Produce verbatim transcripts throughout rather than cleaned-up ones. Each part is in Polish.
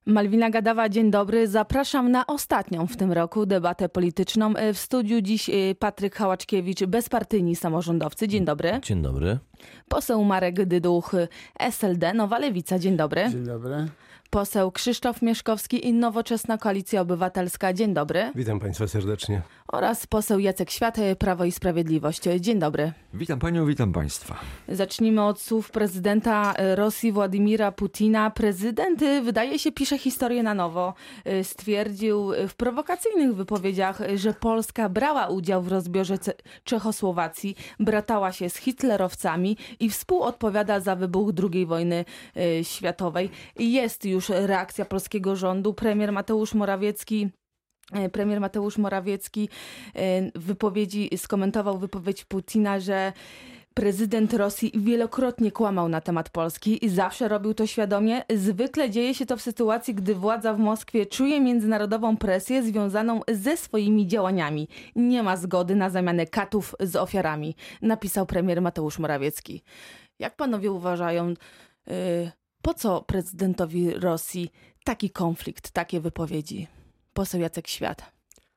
Malwina Gadawa, dzień dobry. Zapraszam na ostatnią w tym roku debatę polityczną. W studiu dziś Patryk Hałaczkiewicz, bezpartyjni samorządowcy. Dzień dobry. Dzień dobry. Poseł Marek Dyduch, S L D, Nowa Lewica. Dzień dobry. Dzień dobry. Poseł Krzysztof Mieszkowski i Nowoczesna Koalicja Obywatelska. Dzień dobry. Witam Państwa serdecznie. Oraz poseł Jacek Świat, Prawo i Sprawiedliwość. Dzień dobry. Witam Panią, witam Państwa. Zacznijmy od słów prezydenta Rosji Władimira Putina. Prezydent, wydaje się, pisze historię na nowo. Stwierdził w prowokacyjnych wypowiedziach, że Polska brała udział w rozbiorze Czechosłowacji, bratała się z hitlerowcami i współodpowiada za wybuch drugiej wojny światowej. Jest już reakcja polskiego rządu. Premier Mateusz Morawiecki Premier Mateusz Morawiecki w wypowiedzi skomentował wypowiedź Putina, że prezydent Rosji wielokrotnie kłamał na temat Polski i zawsze robił to świadomie. Zwykle dzieje się to w sytuacji, gdy władza w Moskwie czuje międzynarodową presję związaną ze swoimi działaniami. Nie ma zgody na zamianę katów z ofiarami, napisał premier Mateusz Morawiecki. Jak panowie uważają, po co prezydentowi Rosji taki konflikt, takie wypowiedzi? Poseł Jacek Świat.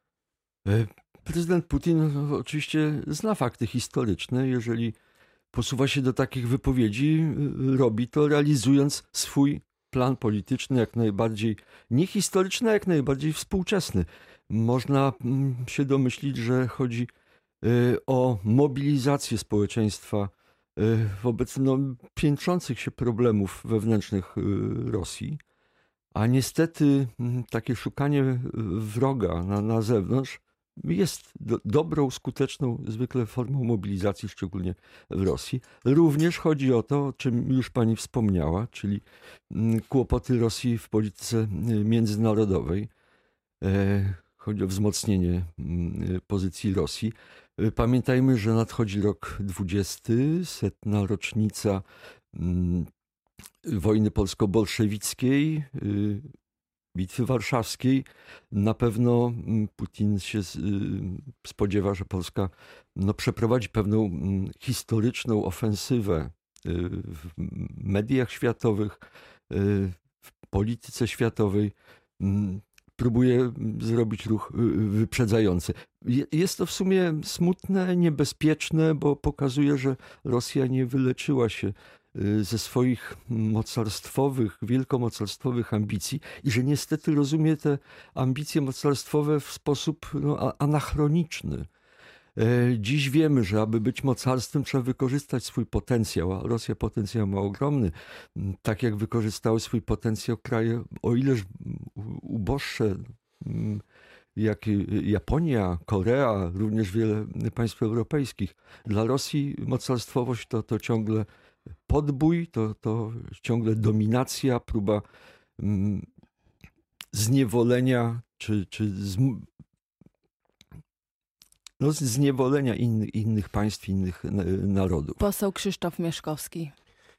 Prezydent Putin oczywiście zna fakty historyczne. Jeżeli posuwa się do takich wypowiedzi, robi to realizując swój plan polityczny, jak najbardziej nie historyczny, a jak najbardziej współczesny. Można się domyślić, że chodzi o mobilizację społeczeństwa wobec no, piętrzących się problemów wewnętrznych Rosji. A niestety takie szukanie wroga na, na zewnątrz jest do, dobrą, skuteczną zwykle formą mobilizacji, szczególnie w Rosji. Również chodzi o to, o czym już pani wspomniała, czyli kłopoty Rosji w polityce międzynarodowej. Chodzi o wzmocnienie pozycji Rosji. Pamiętajmy, że nadchodzi rok dwudziesty, setna rocznica wojny polsko-bolszewickiej, Bitwy Warszawskiej. Na pewno Putin się spodziewa, że Polska no, przeprowadzi pewną historyczną ofensywę w mediach światowych, w polityce światowej. Próbuje zrobić ruch wyprzedzający. Jest to w sumie smutne, niebezpieczne, bo pokazuje, że Rosja nie wyleczyła się ze swoich mocarstwowych, wielkomocarstwowych ambicji i że niestety rozumie te ambicje mocarstwowe w sposób no, anachroniczny. Dziś wiemy, że aby być mocarstwem, trzeba wykorzystać swój potencjał, a Rosja potencjał ma ogromny. Tak jak wykorzystały swój potencjał kraje, o ileż uboższe, jak Japonia, Korea, również wiele państw europejskich. Dla Rosji mocarstwowość to, to ciągle podbój, to, to ciągle dominacja, próba zniewolenia czy, czy z, no, zniewolenia innych, innych państw, innych narodów. Poseł Krzysztof Mieszkowski.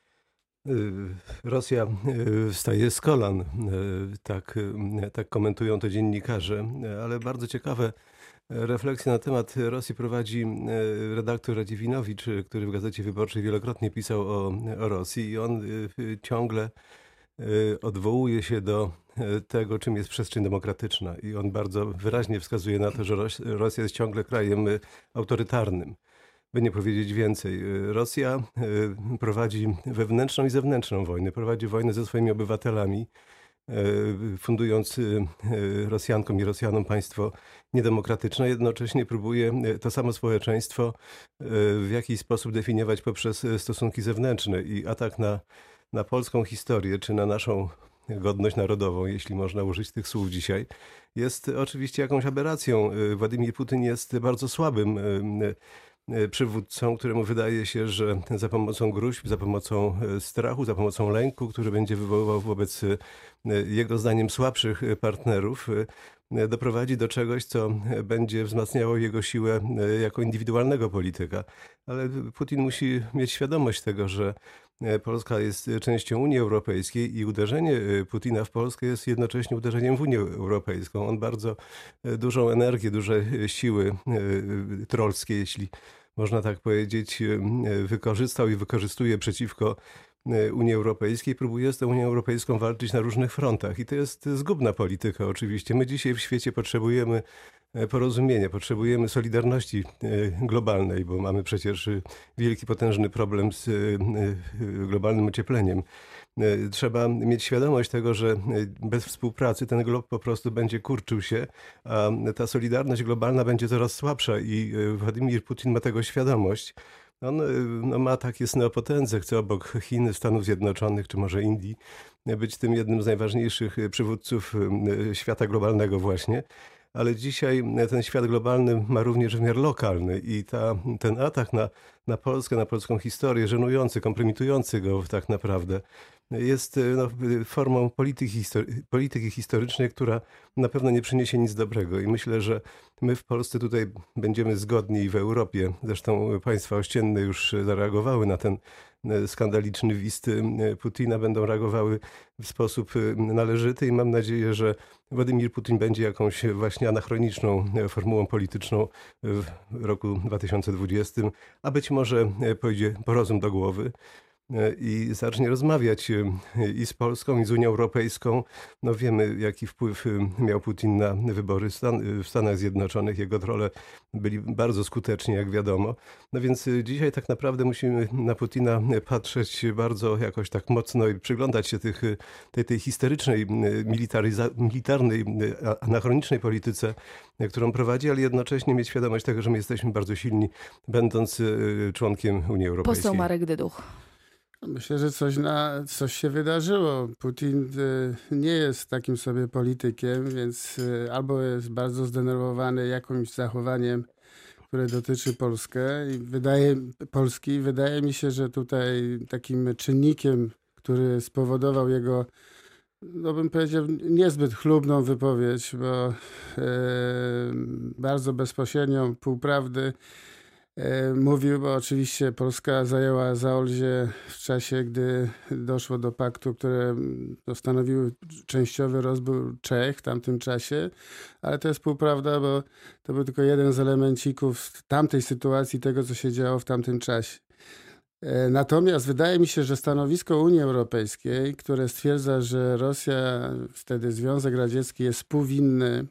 Rosja wstaje z kolan, tak, tak komentują to dziennikarze, ale bardzo ciekawe refleksje na temat Rosji prowadzi redaktor Radziwinowicz, który w Gazecie Wyborczej wielokrotnie pisał o, o Rosji i on ciągle odwołuje się do tego, czym jest przestrzeń demokratyczna i on bardzo wyraźnie wskazuje na to, że Rosja jest ciągle krajem autorytarnym. By nie powiedzieć więcej, Rosja prowadzi wewnętrzną i zewnętrzną wojnę, prowadzi wojnę ze swoimi obywatelami, fundując Rosjankom i Rosjanom państwo niedemokratyczne, jednocześnie próbuje to samo społeczeństwo w jakiś sposób definiować poprzez stosunki zewnętrzne i atak na, na polską historię, czy na naszą godność narodową, jeśli można użyć tych słów dzisiaj, jest oczywiście jakąś aberracją. Władimir Putin jest bardzo słabym przywódcą, któremu wydaje się, że za pomocą gróźb, za pomocą strachu, za pomocą lęku, który będzie wywoływał wobec jego zdaniem słabszych partnerów, doprowadzi do czegoś, co będzie wzmacniało jego siłę jako indywidualnego polityka. Ale Putin musi mieć świadomość tego, że Polska jest częścią Unii Europejskiej i uderzenie Putina w Polskę jest jednocześnie uderzeniem w Unię Europejską. On bardzo dużą energię, duże siły trollskie, jeśli można tak powiedzieć, wykorzystał i wykorzystuje przeciwko Unii Europejskiej, próbuje z tą Unią Europejską walczyć na różnych frontach. I to jest zgubna polityka oczywiście. My dzisiaj w świecie potrzebujemy porozumienia, potrzebujemy solidarności globalnej, bo mamy przecież wielki, potężny problem z globalnym ociepleniem. Trzeba mieć świadomość tego, że bez współpracy ten glob po prostu będzie kurczył się, a ta solidarność globalna będzie coraz słabsza i Władimir Putin ma tego świadomość. On no, ma takie sny o potędze, chce obok Chin, Stanów Zjednoczonych czy może Indii być tym jednym z najważniejszych przywódców świata globalnego właśnie. Ale dzisiaj ten świat globalny ma również wymiar lokalny i ta, ten atak na, na Polskę, na polską historię, żenujący, kompromitujący go tak naprawdę, jest no, formą polityki, histori- polityki historycznej, która na pewno nie przyniesie nic dobrego. I myślę, że my w Polsce tutaj będziemy zgodni i w Europie. Zresztą państwa ościenne już zareagowały na ten skandaliczny wist Putina, będą reagowały w sposób należyty i mam nadzieję, że Władimir Putin będzie jakąś właśnie anachroniczną formułą polityczną w roku dwa tysiące dwudziestym, a być może pójdzie po rozum do głowy i zacznie rozmawiać i z Polską, i z Unią Europejską. No wiemy, jaki wpływ miał Putin na wybory Stan- w Stanach Zjednoczonych. Jego trole byli bardzo skuteczni, jak wiadomo. No więc dzisiaj tak naprawdę musimy na Putina patrzeć bardzo jakoś tak mocno i przyglądać się tych, tej, tej historycznej, militaryza- militarnej, anachronicznej polityce, którą prowadzi, ale jednocześnie mieć świadomość tego, że my jesteśmy bardzo silni, będąc członkiem Unii Europejskiej. Poseł Marek Dyduch. Myślę, że coś, na, coś się wydarzyło. Putin y, nie jest takim sobie politykiem, więc y, albo jest bardzo zdenerwowany jakimś zachowaniem, które dotyczy Polskę i wydaje, Polski. Wydaje mi się, że tutaj takim czynnikiem, który spowodował jego, no bym powiedział, niezbyt chlubną wypowiedź, bo y, bardzo bezpośrednią półprawdy mówił, bo oczywiście Polska zajęła Zaolzie w czasie, gdy doszło do paktu, które stanowiły częściowy rozbiór Czech w tamtym czasie, ale to jest półprawda, bo to był tylko jeden z elemencików tamtej sytuacji, tego co się działo w tamtym czasie. Natomiast wydaje mi się, że stanowisko Unii Europejskiej, które stwierdza, że Rosja, wtedy Związek Radziecki, jest współwinny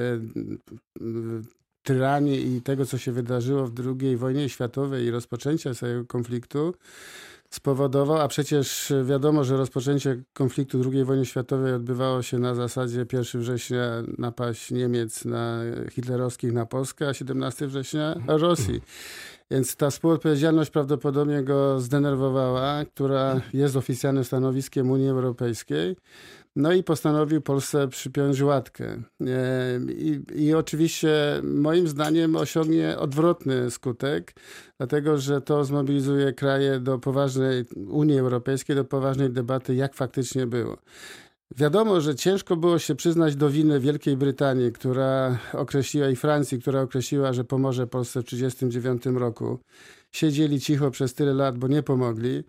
tyranii i tego, co się wydarzyło w drugiej wojnie światowej i rozpoczęcia całego konfliktu, spowodował, a przecież wiadomo, że rozpoczęcie konfliktu drugiej wojny światowej odbywało się na zasadzie pierwszego września napaść Niemiec na hitlerowskich na Polskę, a siedemnastego września Rosji. Więc ta współodpowiedzialność prawdopodobnie go zdenerwowała, która jest oficjalnym stanowiskiem Unii Europejskiej. No i postanowił Polsce przypiąć łatkę. I, I oczywiście moim zdaniem osiągnie odwrotny skutek, dlatego że to zmobilizuje kraje do poważnej, Unii Europejskiej do poważnej debaty, jak faktycznie było. Wiadomo, że ciężko było się przyznać do winy Wielkiej Brytanii, która określiła, i Francji, która określiła, że pomoże Polsce w tysiąc dziewięćset trzydziestym dziewiątym roku. Siedzieli cicho przez tyle lat, bo nie pomogli.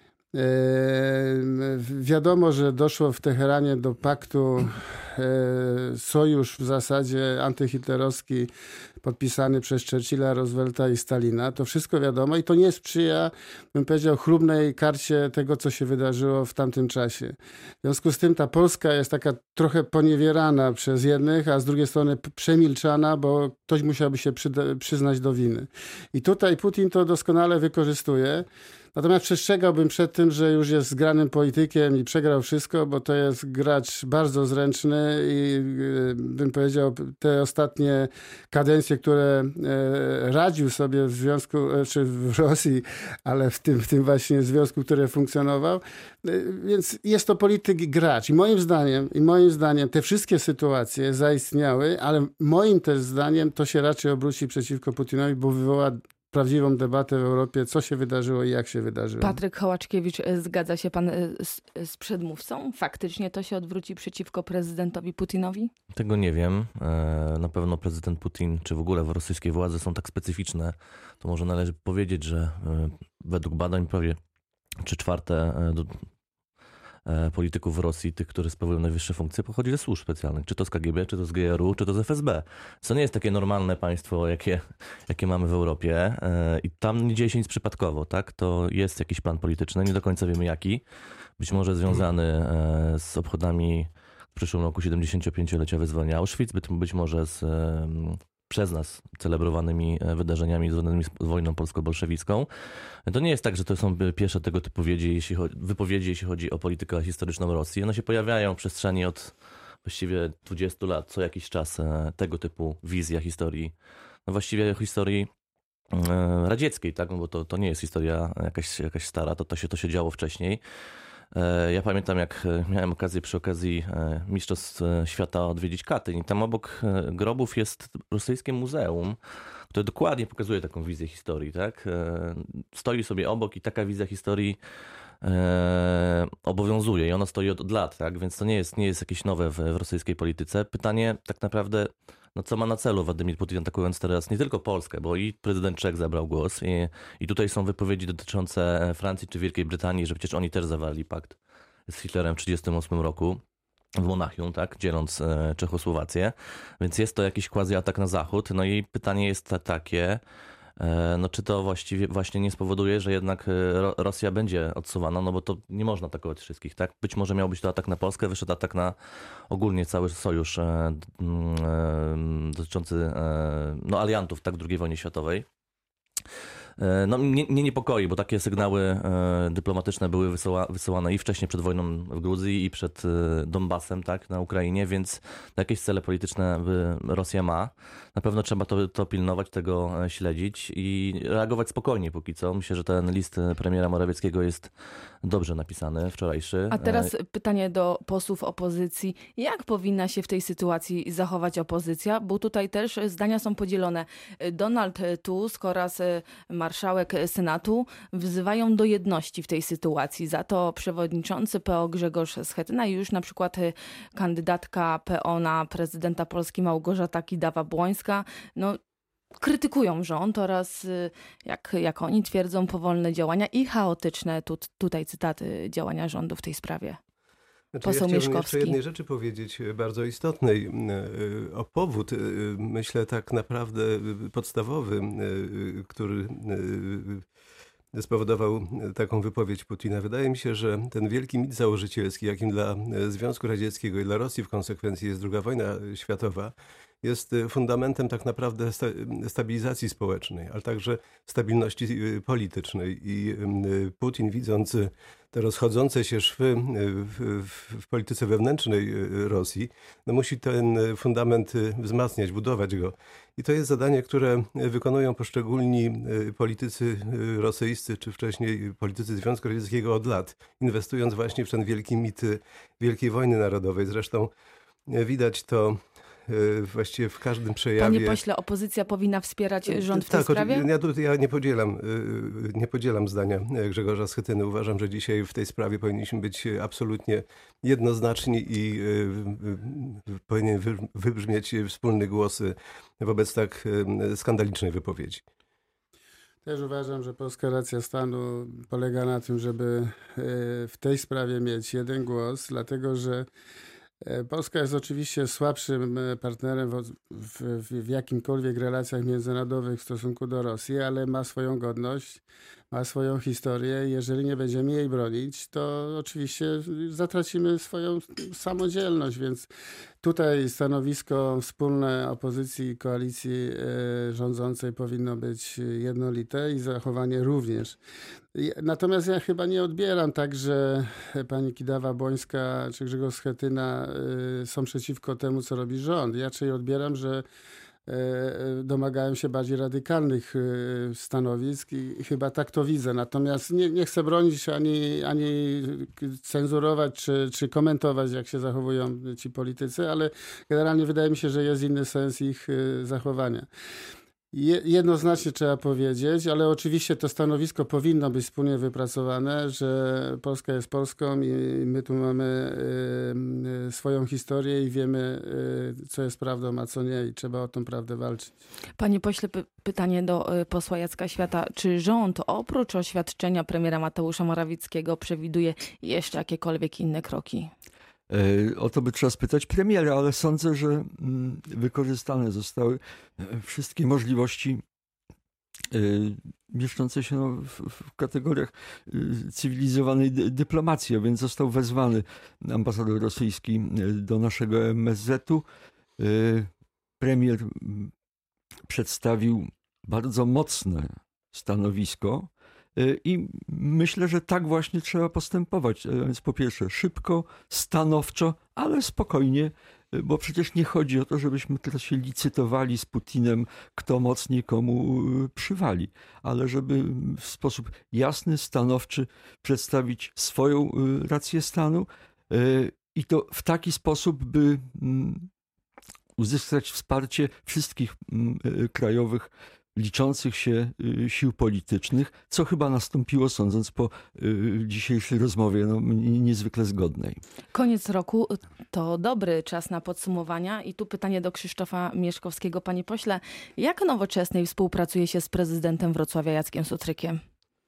Wiadomo, że doszło w Teheranie do paktu, sojusz w zasadzie antyhitlerowski podpisany przez Churchilla, Roosevelta i Stalina. To wszystko wiadomo i to nie sprzyja, bym powiedział, chlubnej karcie tego, co się wydarzyło w tamtym czasie. W związku z tym ta Polska jest taka trochę poniewierana przez jednych, a z drugiej strony przemilczana, bo ktoś musiałby się przyda- przyznać do winy. I tutaj Putin to doskonale wykorzystuje. Natomiast przestrzegałbym przed tym, że już jest zgranym politykiem i przegrał wszystko, bo to jest gracz bardzo zręczny i bym powiedział, te ostatnie kadencje, które radził sobie w związku, czy w Rosji, ale w tym, w tym właśnie związku, który funkcjonował. Więc jest to polityk gracz. I moim zdaniem, i moim zdaniem te wszystkie sytuacje zaistniały, ale moim też zdaniem to się raczej obróci przeciwko Putinowi, bo wywoła prawdziwą debatę w Europie, co się wydarzyło i jak się wydarzyło. Patryk Hołaczkiewicz, zgadza się pan z, z przedmówcą? Faktycznie to się odwróci przeciwko prezydentowi Putinowi? Tego nie wiem. Na pewno prezydent Putin, czy w ogóle w rosyjskiej władze są tak specyficzne, to może należy powiedzieć, że według badań prawie trzy czwarte polityków w Rosji, tych, którzy sprawują najwyższe funkcje, pochodzi ze służb specjalnych. Czy to z K G B, czy to z G R U, czy to z F S B. To nie jest takie normalne państwo, jakie, jakie mamy w Europie. I tam nie dzieje się nic przypadkowo, tak? To jest jakiś plan polityczny, nie do końca wiemy jaki. Być może związany z obchodami w przyszłym roku siedemdziesięciopięciolecia wyzwolenia Auschwitz, być może z przez nas celebrowanymi wydarzeniami związanymi z wojną polsko-bolszewicką. To nie jest tak, że to są pierwsze tego typu wypowiedzi, jeśli chodzi, wypowiedzi, jeśli chodzi o politykę historyczną Rosji. One się pojawiają w przestrzeni od właściwie dwudziestu lat, co jakiś czas tego typu wizja historii. No właściwie historii radzieckiej, tak? No bo to, to nie jest historia jakaś, jakaś stara, to, to, się, to się działo wcześniej. Ja pamiętam, jak miałem okazję przy okazji Mistrzostw Świata odwiedzić Katyń. Tam obok grobów jest rosyjskie muzeum, które dokładnie pokazuje taką wizję historii. Tak? Stoi sobie obok i taka wizja historii obowiązuje i ona stoi od, od lat, tak? Więc to nie jest, nie jest jakieś nowe w, w rosyjskiej polityce. Pytanie tak naprawdę, no co ma na celu Władimir Putin, atakując teraz nie tylko Polskę, bo i prezydent Czech zabrał głos i, i tutaj są wypowiedzi dotyczące Francji czy Wielkiej Brytanii, że przecież oni też zawarli pakt z Hitlerem w tysiąc dziewięćset trzydziestym ósmym roku w Monachium, tak, dzieląc Czechosłowację, więc jest to jakiś quasi atak na Zachód. No i pytanie jest takie, no czy to właściwie właśnie nie spowoduje, że jednak Rosja będzie odsuwana, no bo to nie można atakować wszystkich, tak? Być może miał być to atak na Polskę, wyszedł atak na ogólnie cały sojusz dotyczący no, aliantów, tak, drugiej wojny światowej. No, mnie, mnie niepokoi, bo takie sygnały e, dyplomatyczne były wysyła, wysyłane i wcześniej przed wojną w Gruzji i przed e, Donbasem, tak, na Ukrainie, więc jakieś cele polityczne Rosja ma. Na pewno trzeba to, to pilnować, tego śledzić i reagować spokojnie póki co. Myślę, że ten list premiera Morawieckiego jest dobrze napisany, wczorajszy. A teraz pytanie do posłów opozycji. Jak powinna się w tej sytuacji zachować opozycja? Bo tutaj też zdania są podzielone. Donald Tusk oraz marszałek Senatu wzywają do jedności w tej sytuacji. Za to przewodniczący P O Grzegorz Schetyna i już na przykład kandydatka P O na prezydenta Polski Małgorzata Kidawa-Błońska no, krytykują rząd oraz, jak, jak oni twierdzą, powolne działania i chaotyczne, tu, tutaj cytaty, działania rządu w tej sprawie. Znaczy, Poseł ja Mieszkowski. jeszcze jednej rzeczy powiedzieć, bardzo istotnej. O powód, myślę, tak naprawdę podstawowy, który spowodował taką wypowiedź Putina. Wydaje mi się, że ten wielki mit założycielski, jakim dla Związku Radzieckiego i dla Rosji w konsekwencji jest druga wojna światowa, jest fundamentem tak naprawdę stabilizacji społecznej, ale także stabilności politycznej. I Putin, widząc te rozchodzące się szwy w, w, w polityce wewnętrznej Rosji, no musi ten fundament wzmacniać, budować go. I to jest zadanie, które wykonują poszczególni politycy rosyjscy, czy wcześniej politycy Związku Radzieckiego od lat, inwestując właśnie w ten wielki mit Wielkiej Wojny Narodowej. Zresztą widać to właściwie w każdym przejawie. Panie pośle, opozycja powinna wspierać rząd w tej tak, sprawie? Ja, tu, ja nie podzielam, nie podzielam zdania Grzegorza Schetyny. Uważam, że dzisiaj w tej sprawie powinniśmy być absolutnie jednoznaczni i powinien wybrzmieć wspólny głos wobec tak skandalicznej wypowiedzi. Też uważam, że polska racja stanu polega na tym, żeby w tej sprawie mieć jeden głos, dlatego że Polska jest oczywiście słabszym partnerem w, w, w jakimkolwiek relacjach międzynarodowych w stosunku do Rosji, ale ma swoją godność, ma swoją historię. Jeżeli nie będziemy jej bronić, to oczywiście zatracimy swoją samodzielność, więc tutaj stanowisko wspólne opozycji i koalicji rządzącej powinno być jednolite i zachowanie również. Natomiast ja chyba nie odbieram tak, że pani Kidawa-Błońska czy Grzegorz Schetyna są przeciwko temu, co robi rząd. Ja raczej odbieram, że domagają się bardziej radykalnych stanowisk i chyba tak to widzę. Natomiast nie, nie chcę bronić ani, ani cenzurować czy, czy komentować, jak się zachowują ci politycy, ale generalnie wydaje mi się, że jest inny sens ich zachowania. Jednoznacznie trzeba powiedzieć, ale oczywiście to stanowisko powinno być wspólnie wypracowane, że Polska jest Polską i my tu mamy swoją historię i wiemy, co jest prawdą, a co nie i trzeba o tą prawdę walczyć. Panie pośle, py- pytanie do posła Jacka Świata. Czy rząd oprócz oświadczenia premiera Mateusza Morawieckiego przewiduje jeszcze jakiekolwiek inne kroki? O to by trzeba spytać premiera, ale sądzę, że wykorzystane zostały wszystkie możliwości mieszczące się no, w, w kategoriach cywilizowanej dy, dyplomacji, a więc został wezwany ambasador rosyjski do naszego M S Z-u. Premier przedstawił bardzo mocne stanowisko i myślę, że tak właśnie trzeba postępować. Więc po pierwsze szybko, stanowczo, ale spokojnie, bo przecież nie chodzi o to, żebyśmy teraz się licytowali z Putinem, kto mocniej komu przywali, ale żeby w sposób jasny, stanowczy przedstawić swoją rację stanu i to w taki sposób, by uzyskać wsparcie wszystkich krajowych liczących się sił politycznych, co chyba nastąpiło, sądząc po dzisiejszej rozmowie, no, niezwykle zgodnej. Koniec roku to dobry czas na podsumowania i tu pytanie do Krzysztofa Mieszkowskiego. Panie pośle, jak Nowoczesnej współpracuje się z prezydentem Wrocławia Jackiem Sutrykiem?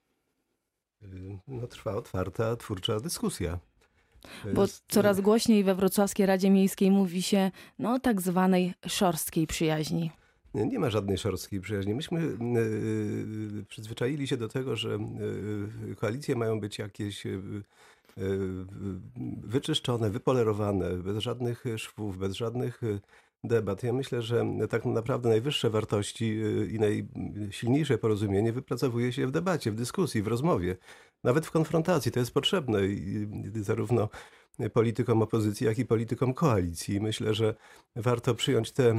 No, trwa otwarta, twórcza dyskusja. Bo Jest... coraz głośniej we Wrocławskiej Radzie Miejskiej mówi się no tak zwanej szorstkiej przyjaźni. Nie, nie ma żadnej szorstkiej przyjaźni. Myśmy yy, przyzwyczaili się do tego, że yy, koalicje mają być jakieś yy, wyczyszczone, wypolerowane, bez żadnych szwów, bez żadnych debat. Ja myślę, że tak naprawdę najwyższe wartości i najsilniejsze porozumienie wypracowuje się w debacie, w dyskusji, w rozmowie. Nawet w konfrontacji. To jest potrzebne i zarówno politykom opozycji, jak i politykom koalicji. Myślę, że warto przyjąć te,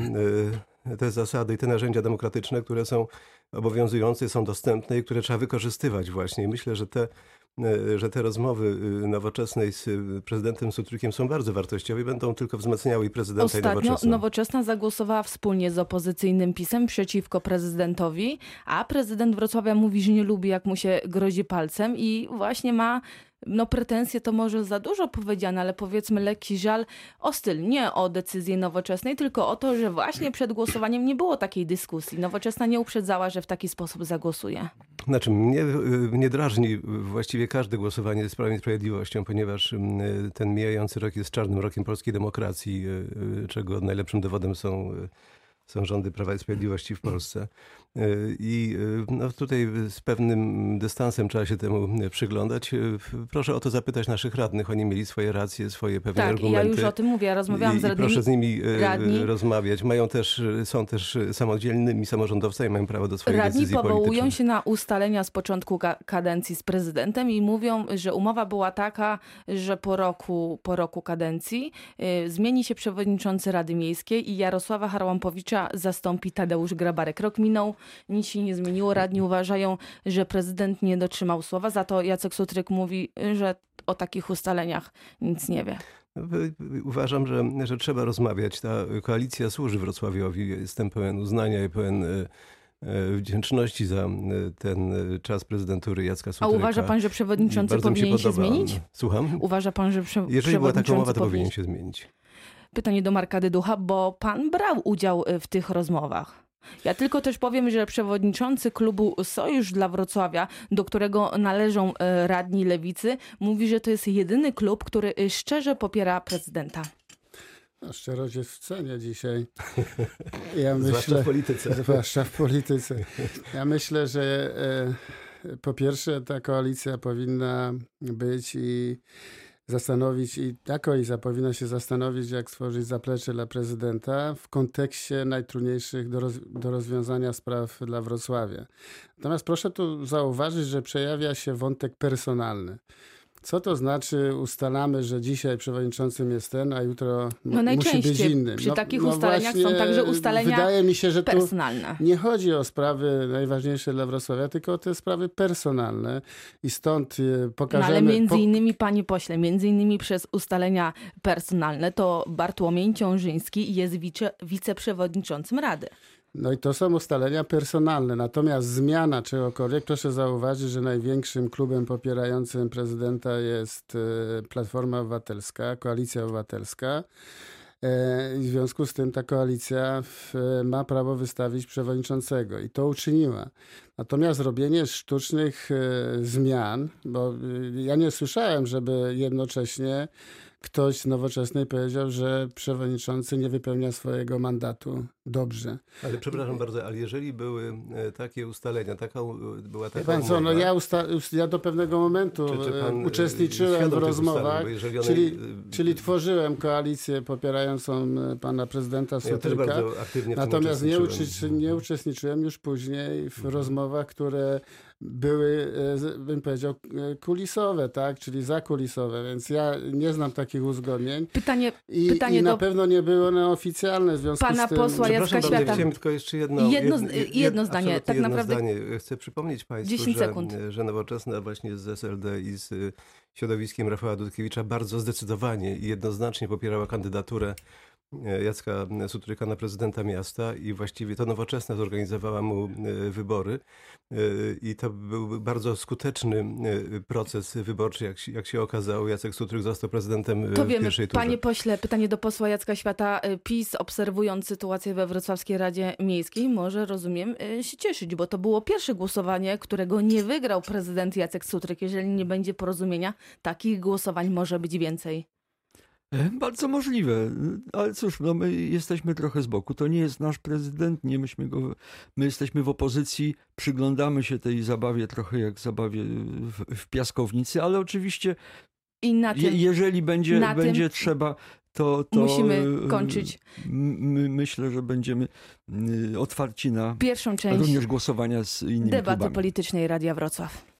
te zasady i te narzędzia demokratyczne, które są obowiązujące, są dostępne i które trzeba wykorzystywać właśnie. I myślę, że te, że te rozmowy Nowoczesnej z prezydentem Sutrykiem są bardzo wartościowe i będą tylko wzmacniały i prezydenta, Ostatnio i Nowoczesną. Nowoczesna zagłosowała wspólnie z opozycyjnym PiS-em przeciwko prezydentowi, a prezydent Wrocławia mówi, że nie lubi, jak mu się grozi palcem i właśnie ma no pretensje to może za dużo powiedziane, ale powiedzmy lekki żal o styl, nie o decyzję Nowoczesnej, tylko o to, że właśnie przed głosowaniem nie było takiej dyskusji. Nowoczesna nie uprzedzała, że w taki sposób zagłosuje. Znaczy mnie, mnie drażni właściwie każde głosowanie z Prawem i Sprawiedliwością, ponieważ ten mijający rok jest czarnym rokiem polskiej demokracji, czego najlepszym dowodem są są rządy Prawa i Sprawiedliwości w Polsce. I no, tutaj z pewnym dystansem trzeba się temu przyglądać. Proszę o to zapytać naszych radnych. Oni mieli swoje racje, swoje pewne tak, argumenty. Tak, ja już o tym mówię. Ja rozmawiałam I, z radnymi. I proszę z nimi radni, rozmawiać. Mają też, są też samodzielnymi samorządowcami, mają prawo do swoich radni decyzji powołują politycznych. się na ustalenia z początku ka- kadencji z prezydentem i mówią, że umowa była taka, że po roku, po roku kadencji y, zmieni się przewodniczący Rady Miejskiej i Jarosława Harłampowicza zastąpi Tadeusz Grabarek. Rok minął, nic się nie zmieniło. Radni uważają, że prezydent nie dotrzymał słowa. Za to Jacek Sutryk mówi, że o takich ustaleniach nic nie wie. Uważam, że, że trzeba rozmawiać. Ta koalicja służy Wrocławiowi. Jestem pełen uznania i pełen wdzięczności za ten czas prezydentury Jacka Sutryka. A uważa pan, że przewodniczący powinien się, się zmienić? Słucham? Uważa pan, że prze- Jeżeli była taka umowa, to powinien... powinien się zmienić. Pytanie do Marka Dyducha, bo pan brał udział w tych rozmowach. Ja tylko też powiem, że przewodniczący klubu Sojusz dla Wrocławia, do którego należą radni Lewicy, mówi, że to jest jedyny klub, który szczerze popiera prezydenta. No, szczerość jest w cenie dzisiaj. Ja zwłaszcza myślę, w polityce. Zwłaszcza w polityce. Ja myślę, że e, po pierwsze ta koalicja powinna być i zastanowić, i ta koalicja powinna się zastanowić, jak stworzyć zaplecze dla prezydenta w kontekście najtrudniejszych do, roz, do rozwiązania spraw dla Wrocławia. Natomiast proszę tu zauważyć, że przejawia się wątek personalny. Co to znaczy ustalamy, że dzisiaj przewodniczącym jest ten, a jutro no musi być inny? Przy no, takich no ustaleniach są także ustalenia wydaje mi się, że tu personalne. Nie chodzi o sprawy najważniejsze dla Wrocławia, tylko o te sprawy personalne i stąd pokażemy... No ale między innymi, panie pośle, między innymi przez ustalenia personalne to Bartłomiej Ciążyński jest wice, wiceprzewodniczącym Rady. No i to są ustalenia personalne. Natomiast zmiana czegokolwiek, proszę zauważyć, że największym klubem popierającym prezydenta jest e, Platforma Obywatelska, Koalicja Obywatelska. W związku z tym ta koalicja ma prawo wystawić przewodniczącego i to uczyniła. Natomiast robienie sztucznych zmian, bo ja nie słyszałem, żeby jednocześnie ktoś z Nowoczesnej powiedział, że przewodniczący nie wypełnia swojego mandatu dobrze. Ale przepraszam bardzo, ale jeżeli były takie ustalenia, taka była taka Pan co, no umowa, ja, usta- ja do pewnego momentu Czy- czy pan, uczestniczyłem w tych rozmowach, ustaleń, bo jeżeli one- czyli, czyli tworzyłem koalicję popierającą pana prezydenta ja też Sutryka. bardzo aktywnie w tym Natomiast nie, uczestniczyłem. uczy, nie uczestniczyłem już później w Mhm. rozmowach, które były, e, bym powiedział, e, kulisowe, tak? Czyli zakulisowe, więc ja nie znam takich uzgodnień. Pytanie, I, pytanie i na do pewno nie było one oficjalne w związku pana z tym. posła Jacka Przepraszam bardzo, Świata. chciałem tylko jeszcze jedno, Jedno- jed- jed- jedno zdanie, absolutnie tak jedno naprawdę zdanie. Chcę przypomnieć Państwu, dziesięć że, sekund. że Nowoczesna właśnie z S L D i z y, środowiskiem Rafała Dudkiewicza bardzo zdecydowanie i jednoznacznie popierała kandydaturę e, Jacka Sutryka na prezydenta miasta i właściwie to Nowoczesna zorganizowała mu e, wybory e, i to był bardzo skuteczny e, proces wyborczy, jak, się- jak się okazało. Jacek Sutryk został prezydentem e, To w wiemy. pierwszej turze. Panie pośle, pytanie do posła Jacka Świata. PiS, obserwując sytuację we Wrocławskiej Radzie Miejskiej, może, rozumiem, y, się cieszyć, bo to było pierwsze głosowanie, którego nie wygrał prezydent Jacek Sutryk. Jeżeli nie będzie porozumienia, takich głosowań może być więcej. E, Bardzo możliwe, ale cóż, no my jesteśmy trochę z boku. To nie jest nasz prezydent, nie myśmy go, my jesteśmy w opozycji, przyglądamy się tej zabawie trochę jak zabawie w, w piaskownicy, ale oczywiście I na tym je, jeżeli będzie, na tym będzie trzeba, to, to musimy e, kończyć My, myślę, że będziemy e, otwarci na pierwszą część również głosowania z innymi debaty klubami. politycznej Radia Wrocław.